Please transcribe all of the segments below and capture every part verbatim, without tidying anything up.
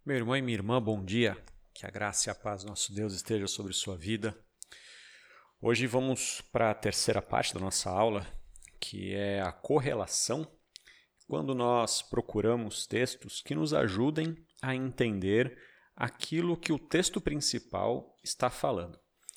Meu irmão e minha irmã, bom dia. Que a graça e a paz do nosso Deus esteja sobre sua vida. Hoje vamos para a terceira parte da nossa aula, que é a correlação, quando nós procuramos textos que nos ajudem a entender aquilo que o texto principal está falando.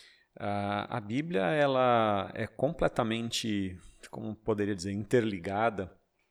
A Bíblia ela é completamente, como poderia dizer, interligada.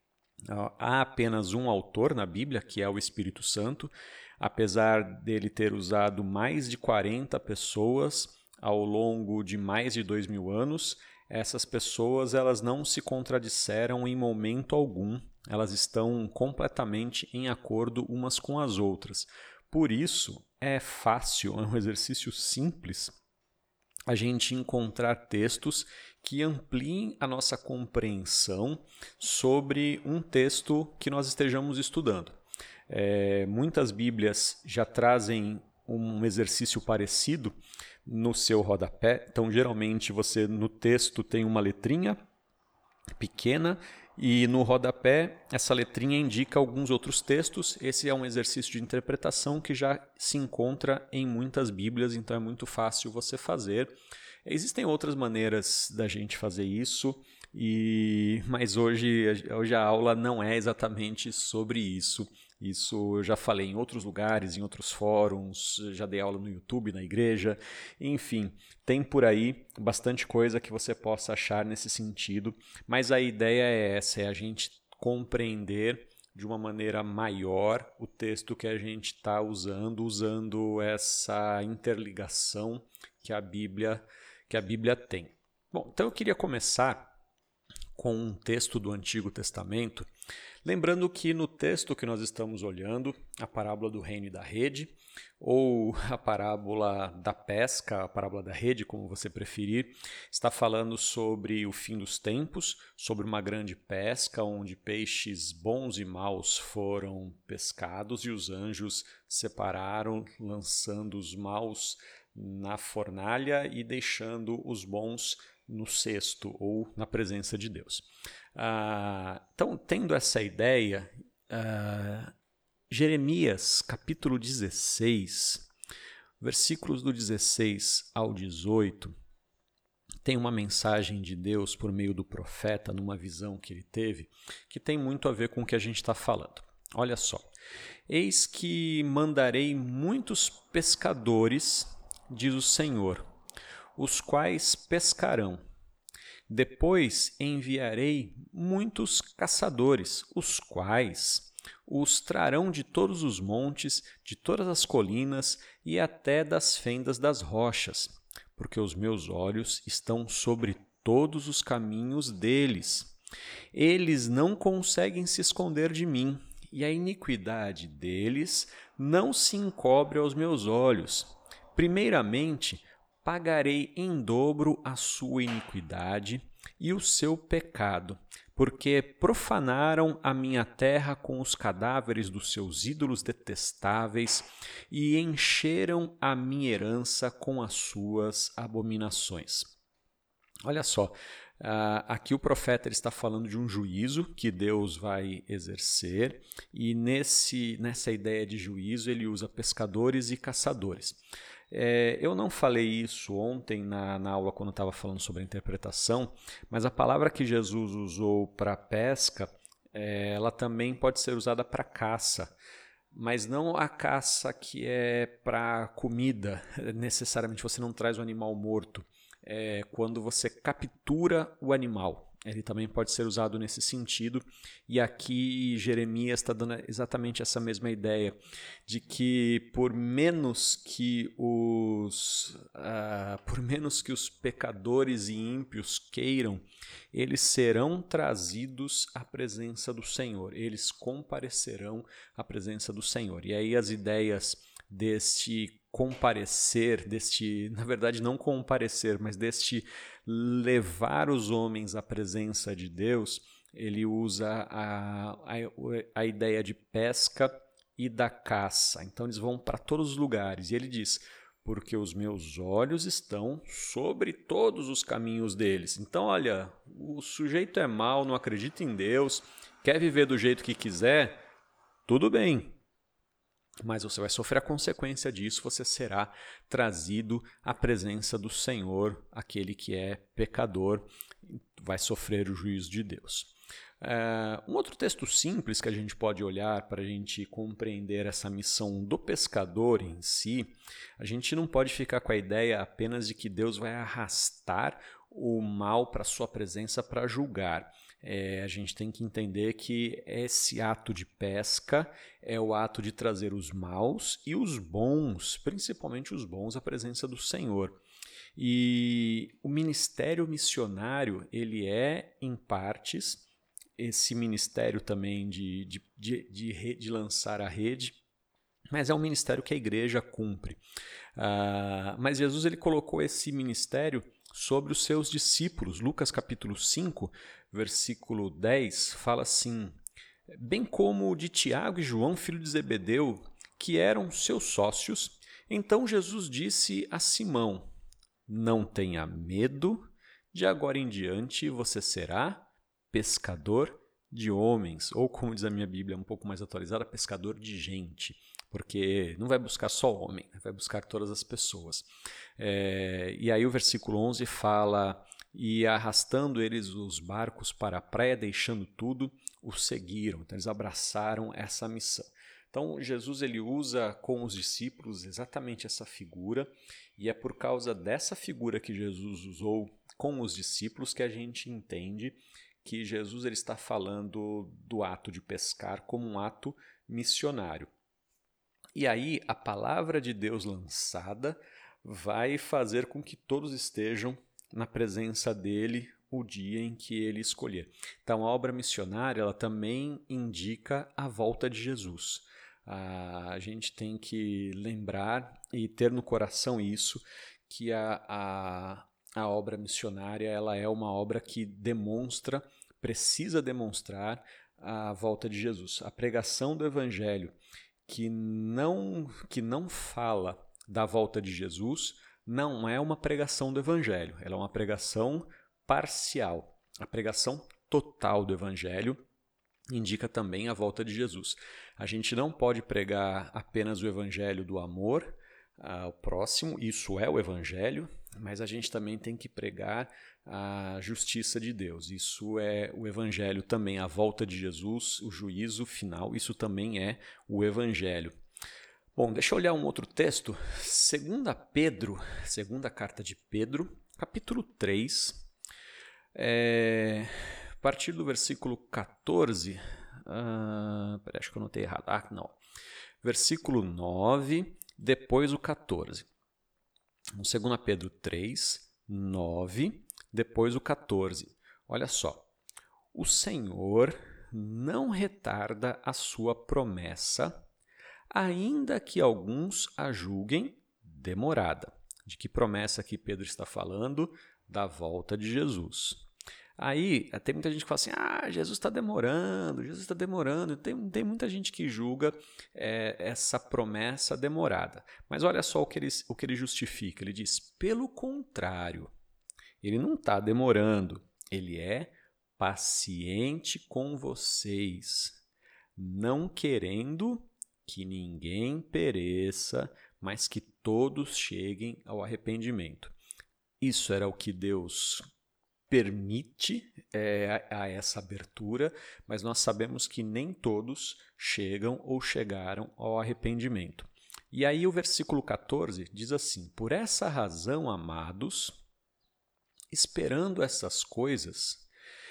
Há apenas um autor na Bíblia, que é o Espírito Santo, apesar dele ter usado mais de quarenta pessoas ao longo de mais de dois mil anos. Essas pessoas elas não se contradisseram em momento algum, elas estão completamente em acordo umas com as outras. Por isso, é fácil, é um exercício simples, a gente encontrar textos que ampliem a nossa compreensão sobre um texto que nós estejamos estudando. É, muitas Bíblias já trazem um exercício parecido no seu rodapé. Então, geralmente, você no texto tem uma letrinha pequena e no rodapé essa letrinha indica alguns outros textos. Esse é um exercício de interpretação que já se encontra em muitas Bíblias, então é muito fácil você fazer. Existem outras maneiras da gente fazer isso, e mas hoje, hoje a aula não é exatamente sobre isso. Isso eu já falei em outros lugares, em outros fóruns, já dei aula no YouTube, na igreja, enfim, tem por aí bastante coisa que você possa achar nesse sentido, mas a ideia é essa, é a gente compreender de uma maneira maior o texto que a gente está usando, usando essa interligação que a Bíblia, que a Bíblia tem. Bom, então eu queria começar com um texto do Antigo Testamento, lembrando que no texto que nós estamos olhando, a parábola do reino e da rede, ou a parábola da pesca, a parábola da rede, como você preferir, está falando sobre o fim dos tempos, sobre uma grande pesca onde peixes bons e maus foram pescados e os anjos separaram, lançando os maus na fornalha e deixando os bons no cesto ou na presença de Deus. Ah, então, tendo essa ideia, ah, Jeremias capítulo dezesseis, versículos do dezesseis ao dezoito, tem uma mensagem de Deus por meio do profeta numa visão que ele teve, que tem muito a ver com o que a gente está falando. Olha só, eis que mandarei muitos pescadores, diz o Senhor, os quais pescarão. Depois enviarei muitos caçadores, os quais os trarão de todos os montes, de todas as colinas e até das fendas das rochas, porque os meus olhos estão sobre todos os caminhos deles. Eles não conseguem se esconder de mim, e a iniquidade deles não se encobre aos meus olhos. Primeiramente, pagarei em dobro a sua iniquidade e o seu pecado, porque profanaram a minha terra com os cadáveres dos seus ídolos detestáveis e encheram a minha herança com as suas abominações. Olha só, aqui o profeta está falando de um juízo que Deus vai exercer, e nesse, nessa ideia de juízo ele usa pescadores e caçadores. É, eu não falei isso ontem na, na aula quando eu estava falando sobre a interpretação, mas a palavra que Jesus usou para pesca, é, ela também pode ser usada para caça, mas não a caça que é para comida, necessariamente você não traz o animal morto, é quando você captura o animal. Ele também pode ser usado nesse sentido, e aqui Jeremias está dando exatamente essa mesma ideia, de que por menos que os, uh, por menos que os pecadores e ímpios queiram, eles serão trazidos à presença do Senhor, eles comparecerão à presença do Senhor. E aí as ideias deste comparecer, deste, na verdade não comparecer, mas deste levar os homens à presença de Deus, ele usa a, a, a ideia de pesca e da caça. Então eles vão para todos os lugares, e ele diz, porque os meus olhos estão sobre todos os caminhos deles. Então olha, o sujeito é mau, não acredita em Deus, quer viver do jeito que quiser, tudo bem. mas você vai sofrer a consequência disso, você será trazido à presença do Senhor, aquele que é pecador, vai sofrer o juízo de Deus. Uh, um outro texto simples que a gente pode olhar para a gente compreender essa missão do pescador em si, a gente não pode ficar com a ideia apenas de que Deus vai arrastar o mal para a sua presença para julgar. É, a gente tem que entender que esse ato de pesca é o ato de trazer os maus e os bons, principalmente os bons, à presença do Senhor. E o ministério missionário, ele é, em partes, esse ministério também de, de, de, de, de lançar a rede, mas é um ministério que a igreja cumpre. Uh, mas Jesus ele colocou esse ministério sobre os seus discípulos. Lucas capítulo cinco, versículo dez, fala assim: bem como de Tiago e João, filho de Zebedeu, que eram seus sócios, então Jesus disse a Simão: não tenha medo, de agora em diante você será pescador de homens, ou como diz a minha Bíblia um pouco mais atualizada, pescador de gente, porque não vai buscar só homem, vai buscar todas as pessoas. É, e aí o versículo onze fala: e arrastando eles os barcos para a praia, deixando tudo, o seguiram. Então eles abraçaram essa missão. Então Jesus ele usa com os discípulos exatamente essa figura, e é por causa dessa figura que Jesus usou com os discípulos que a gente entende que Jesus ele está falando do ato de pescar como um ato missionário. E aí a palavra de Deus lançada vai fazer com que todos estejam na presença dele o dia em que ele escolher. Então a obra missionária ela também indica a volta de Jesus. A gente tem que lembrar e ter no coração isso, que a, a A obra missionária ela é uma obra que demonstra, precisa demonstrar a volta de Jesus. A pregação do Evangelho que não, que não fala da volta de Jesus não é uma pregação do Evangelho, ela é uma pregação parcial. A pregação total do Evangelho indica também a volta de Jesus. A gente não pode pregar apenas o Evangelho do amor ao próximo, isso é o Evangelho, mas a gente também tem que pregar a justiça de Deus. Isso é o Evangelho também, a volta de Jesus, o juízo final, isso também é o Evangelho. Bom, deixa eu olhar um outro texto, segunda Pedro, segunda carta de Pedro, capítulo três, é, a partir do versículo catorze, uh, peraí, acho que eu anotei errado, ah, não, versículo nove, depois o catorze. segunda Pedro três, nove, depois o catorze. Olha só. O Senhor não retarda a sua promessa, ainda que alguns a julguem demorada. De que promessa que Pedro está falando? Da volta de Jesus. Aí tem muita gente que fala assim: ah, Jesus está demorando, Jesus está demorando. Tem, tem muita gente que julga é, essa promessa demorada. Mas olha só o que, ele, o que ele justifica. Ele diz: pelo contrário, ele não está demorando, ele é paciente com vocês, não querendo que ninguém pereça, mas que todos cheguem ao arrependimento. Isso era o que Deus permite é, a essa abertura, mas nós sabemos que nem todos chegam ou chegaram ao arrependimento. E aí o versículo catorze diz assim: por essa razão, amados, esperando essas coisas,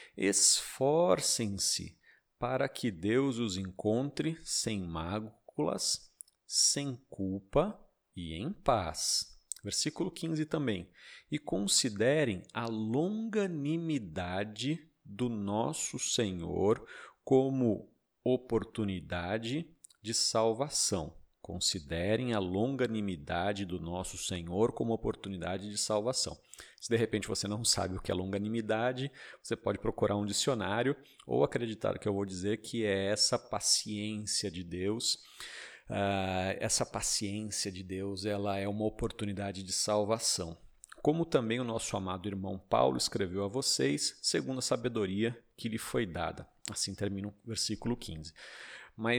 esforcem-se para que Deus os encontre sem máculas, sem culpa e em paz. Versículo quinze também. E considerem a longanimidade do nosso Senhor como oportunidade de salvação. Considerem a longanimidade do nosso Senhor como oportunidade de salvação. Se de repente você não sabe o que é longanimidade, você pode procurar um dicionário ou acreditar que eu vou dizer que é essa paciência de Deus. Uh, essa paciência de Deus ela é uma oportunidade de salvação. Como também o nosso amado irmão Paulo escreveu a vocês, segundo a sabedoria que lhe foi dada. Assim termina o versículo quinze. Mas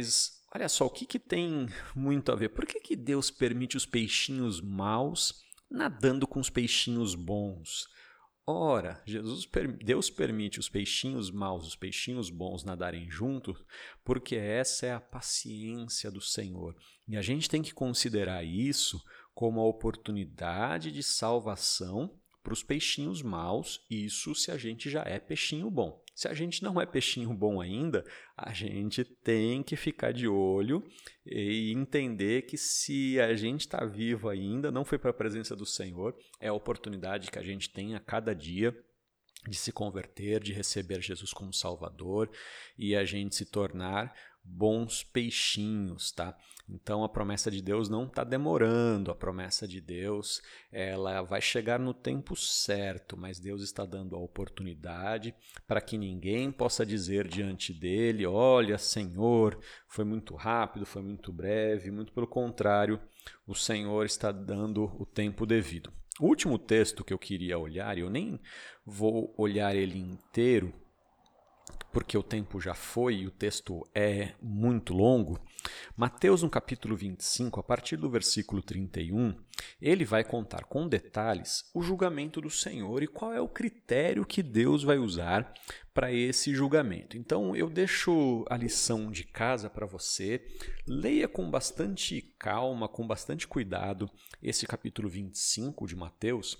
olha só, o que, que tem muito a ver? Por que, que Deus permite os peixinhos maus nadando com os peixinhos bons? Ora, Jesus, Deus permite os peixinhos maus, os peixinhos bons nadarem juntos, porque essa é a paciência do Senhor. E a gente tem que considerar isso como a oportunidade de salvação para os peixinhos maus, isso se a gente já é peixinho bom. Se a gente não é peixinho bom ainda, a gente tem que ficar de olho e entender que se a gente está vivo ainda, não foi para a presença do Senhor, é a oportunidade que a gente tem a cada dia de se converter, de receber Jesus como Salvador e a gente se tornar bons peixinhos, tá? Então a promessa de Deus não está demorando, a promessa de Deus ela vai chegar no tempo certo, mas Deus está dando a oportunidade para que ninguém possa dizer diante dele, olha Senhor, foi muito rápido, foi muito breve, muito pelo contrário, o Senhor está dando o tempo devido. O último texto que eu queria olhar, e eu nem vou olhar ele inteiro, porque o tempo já foi e o texto é muito longo, Mateus no capítulo vinte e cinco, a partir do versículo trinta e um, ele vai contar com detalhes o julgamento do Senhor e qual é o critério que Deus vai usar para esse julgamento. Então eu deixo a lição de casa para você, leia com bastante calma, com bastante cuidado esse capítulo vinte e cinco de Mateus,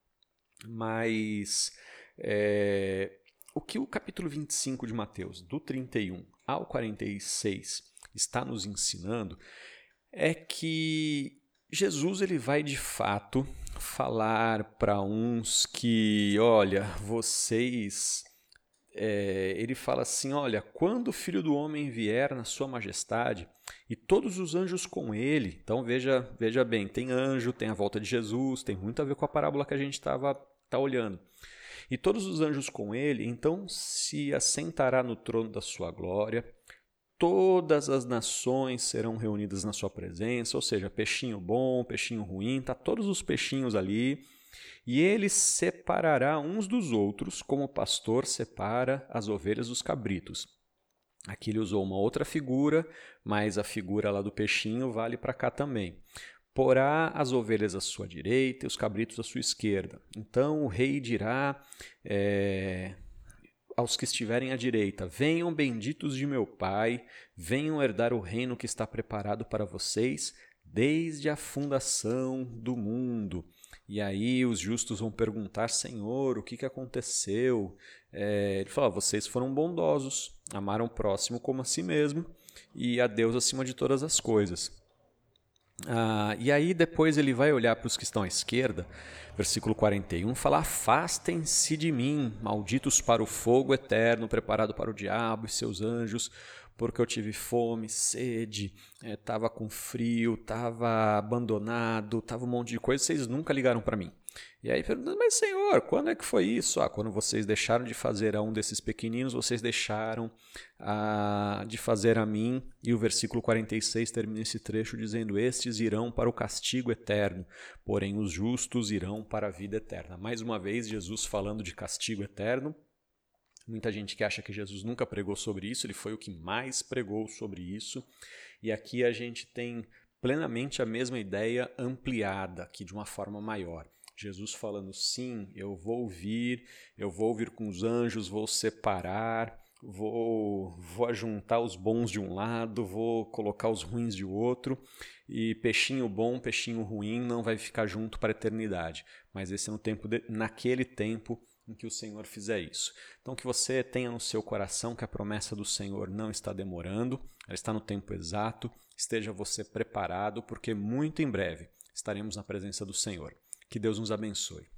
mas... É... O que o capítulo vinte e cinco de Mateus, do trinta e um ao quarenta e seis, está nos ensinando é que Jesus ele vai de fato falar para uns que, olha, vocês... É, ele fala assim, olha, quando o Filho do Homem vier na sua majestade e todos os anjos com ele, então veja, veja bem, tem anjo, tem a volta de Jesus, tem muito a ver com a parábola que a gente estava tá olhando. E todos os anjos com ele, então se assentará no trono da sua glória, todas as nações serão reunidas na sua presença, ou seja, peixinho bom, peixinho ruim, tá todos os peixinhos ali, e ele separará uns dos outros, como o pastor separa as ovelhas dos cabritos. Aqui ele usou uma outra figura, mas a figura lá do peixinho vale para cá também. Porá as ovelhas à sua direita e os cabritos à sua esquerda. Então o rei dirá é, aos que estiverem à direita, venham benditos de meu Pai, venham herdar o reino que está preparado para vocês desde a fundação do mundo. E aí os justos vão perguntar, Senhor, o que, que aconteceu? É, ele fala, vocês foram bondosos, amaram o próximo como a si mesmo e a Deus acima de todas as coisas. Ah, e aí depois ele vai olhar para os que estão à esquerda, versículo quarenta e um, fala, afastem-se de mim, malditos para o fogo eterno, preparado para o diabo e seus anjos, porque eu tive fome, sede, estava é, com frio, estava abandonado, estava um monte de coisa, vocês nunca ligaram para mim. E aí pergunta, mas Senhor, quando é que foi isso? Ah, quando vocês deixaram de fazer a um desses pequeninos, vocês deixaram ah, de fazer a mim. E o versículo quarenta e seis termina esse trecho dizendo, estes irão para o castigo eterno, porém os justos irão para a vida eterna. Mais uma vez, Jesus falando de castigo eterno. Muita gente que acha que Jesus nunca pregou sobre isso, ele foi o que mais pregou sobre isso. E aqui a gente tem plenamente a mesma ideia ampliada, aqui de uma forma maior. Jesus falando, sim, eu vou vir, eu vou vir com os anjos, vou separar, vou, vou ajuntar os bons de um lado, vou colocar os ruins de outro, e peixinho bom, peixinho ruim não vai ficar junto para a eternidade. Mas esse é um tempo de, naquele tempo em que o Senhor fizer isso. Então que você tenha no seu coração que a promessa do Senhor não está demorando, ela está no tempo exato, esteja você preparado, porque muito em breve estaremos na presença do Senhor. Que Deus nos abençoe.